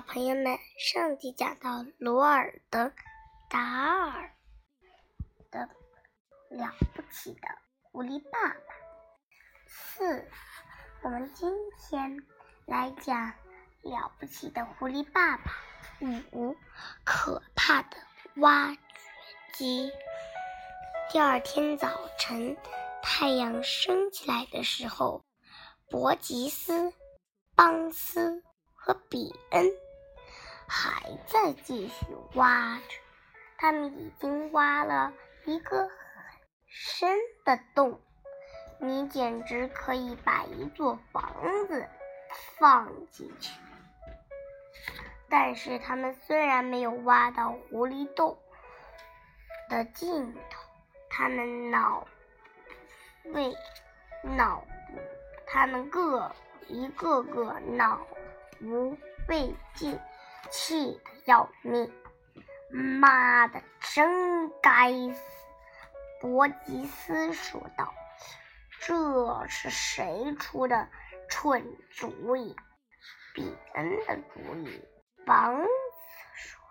朋友们，上集讲到罗尔德·达尔的了不起的狐狸爸爸4，我们今天来讲了不起的狐狸爸爸5，可怕的挖掘机。第二天早晨，太阳升起来的时候，伯吉斯、邦斯和比恩还在继续挖着，他们已经挖了一个很深的洞，你简直可以把一座房子放进去。但是他们虽然没有挖到狐狸洞的尽头，他们一个个脑不费劲，气得要命。妈的，真该死！伯吉斯说道。这是谁出的蠢主意？比恩的主意。邦斯说。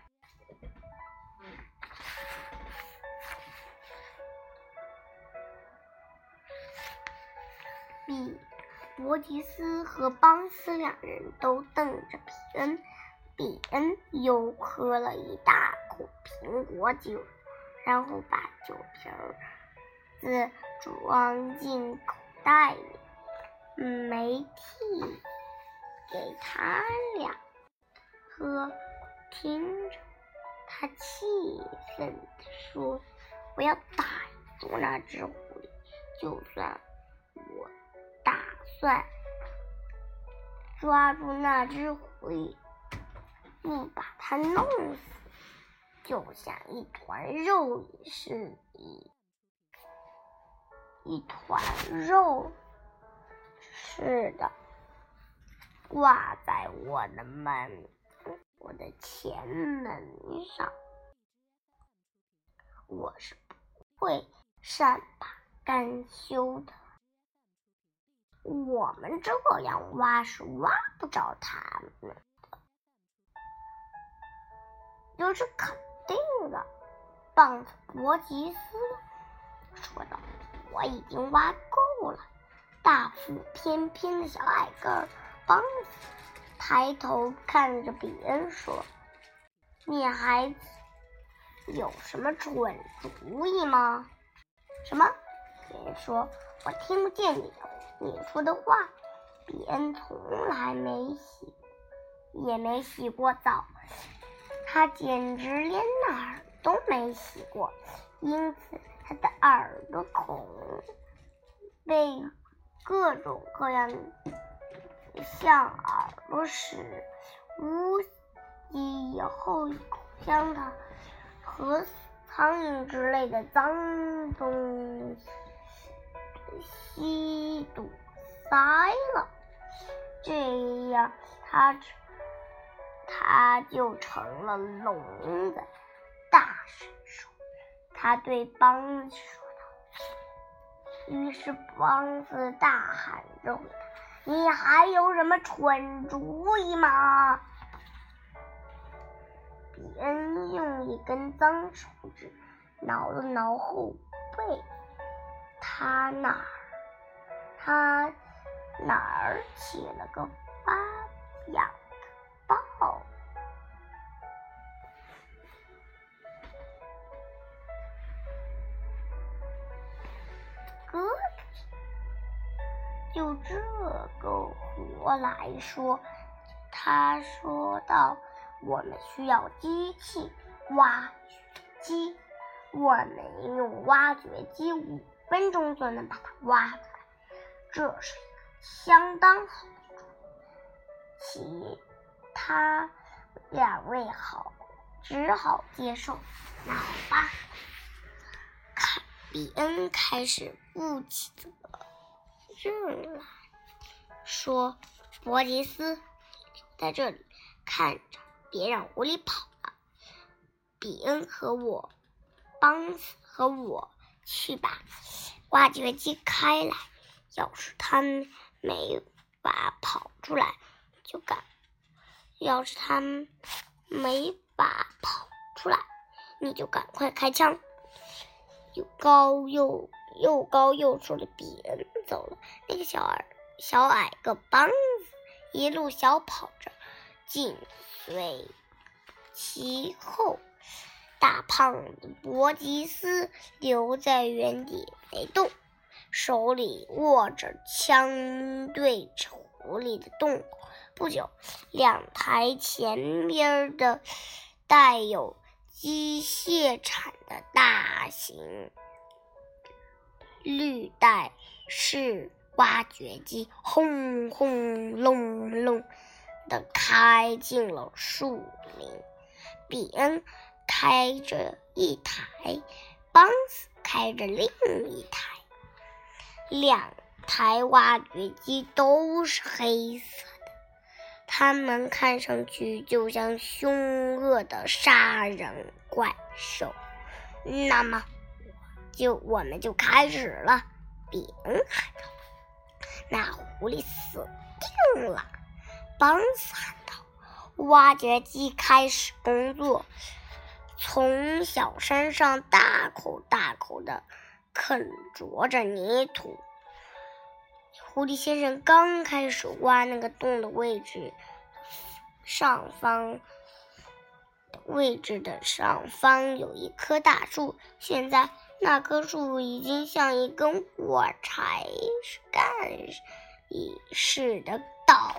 伯吉斯和邦斯两人都瞪着比恩。比恩又喝了一大口苹果酒，然后把酒瓶子装进口袋里，没替给他俩喝。听着，他气愤地说：“我要逮住那只狐狸，就算我打算抓住那只狐狸，不把它弄死，就像一团肉似的挂在我的前门上。我是不会善罢甘休的。我们这样挖是挖不着他们的，这是肯定的。”伯吉斯说道。“我已经挖够了。”大腹翩翩的小矮个邦斯抬头看着比恩说：“你孩子有什么蠢主意吗？”“什么？”比恩说，“我听不见你说的话。”比恩从来也没洗过澡，他简直连哪儿都没洗过，因此他的耳朵孔被各种各样像耳朵屎、污迹以后口香糖和苍蝇之类的脏东西堵塞了，这样他就成了聋子。大声说，他对邦斯说道。于是邦斯大喊着回答：“你还有什么蠢主意吗？”比恩用一根脏手指挠了挠后背，他哪儿起了个发痒的包。就这个活来说，他说道，我们需要机器挖掘机，我们用挖掘机5分钟就能把它挖出来，这是一个相当好的主意。其他两位只好接受。那好吧，比恩开始负起责任来，说：“伯吉斯，你留在这里看着，别让狐狸跑了。比恩和邦斯和我去把挖掘机开来，要是他们没法跑出来， 要是他没法跑出来，你就赶快开枪。又高又瘦的比恩走了，那个小矮个梆子一路小跑着，紧随其后。大胖子伯吉斯留在原地没动，手里握着枪对着狐狸的洞口。不久，2台前边的带有机械铲的大型绿带式挖掘机轰轰隆隆地开进了树林。比恩开着一台，邦斯开着另一台，2台挖掘机都是黑色的，它们看上去就像凶恶的杀人怪兽。那么我们就开始了，比恩喊道。那狐狸死定了，邦斯喊道。挖掘机开始工作，从小山上大口地啃啄着泥土。狐狸先生刚开始挖那个洞的位置的上方有一棵大树，现在那棵树已经像一根火柴干似的倒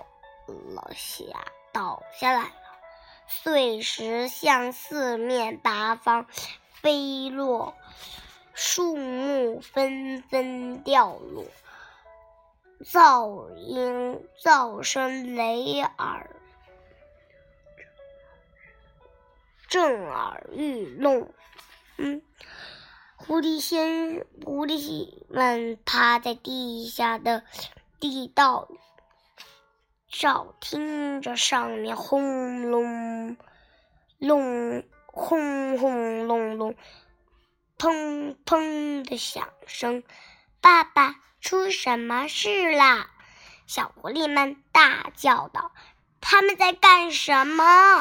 下来了，碎石向四面八方飞落，树木纷纷掉落，噪声震耳欲聋。狐狸们趴在地下的地道里，照听着上面轰隆隆、轰轰隆隆、砰砰的响声。爸爸，出什么事啦？小狐狸们大叫道。他们在干什么？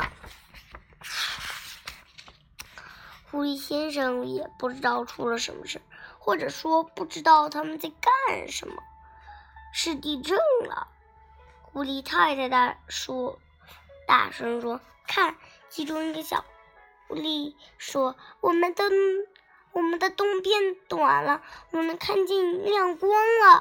狐狸先生也不知道出了什么事，或者说不知道他们在干什么。是地震了。狐狸太太大声说，看，其中一个小狐狸说，我们的洞变短了，我们看见亮光了。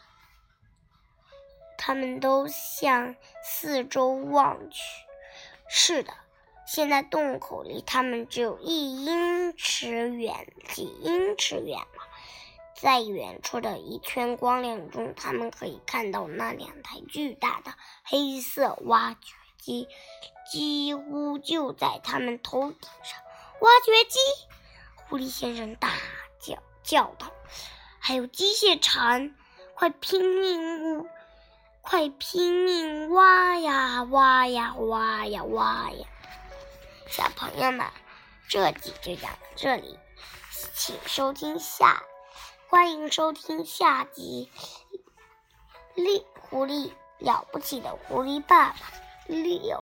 他们都向四周望去。是的，现在洞口离他们只有几英尺远了。在远处的一圈光亮中，他们可以看到那2台巨大的黑色挖掘机几乎就在他们头顶上。挖掘机！狐狸先生大叫道，还有机械铲，快拼命挖呀挖呀挖呀挖呀！小朋友们，这集就讲到这里，欢迎收听下集了不起的狐狸爸爸6。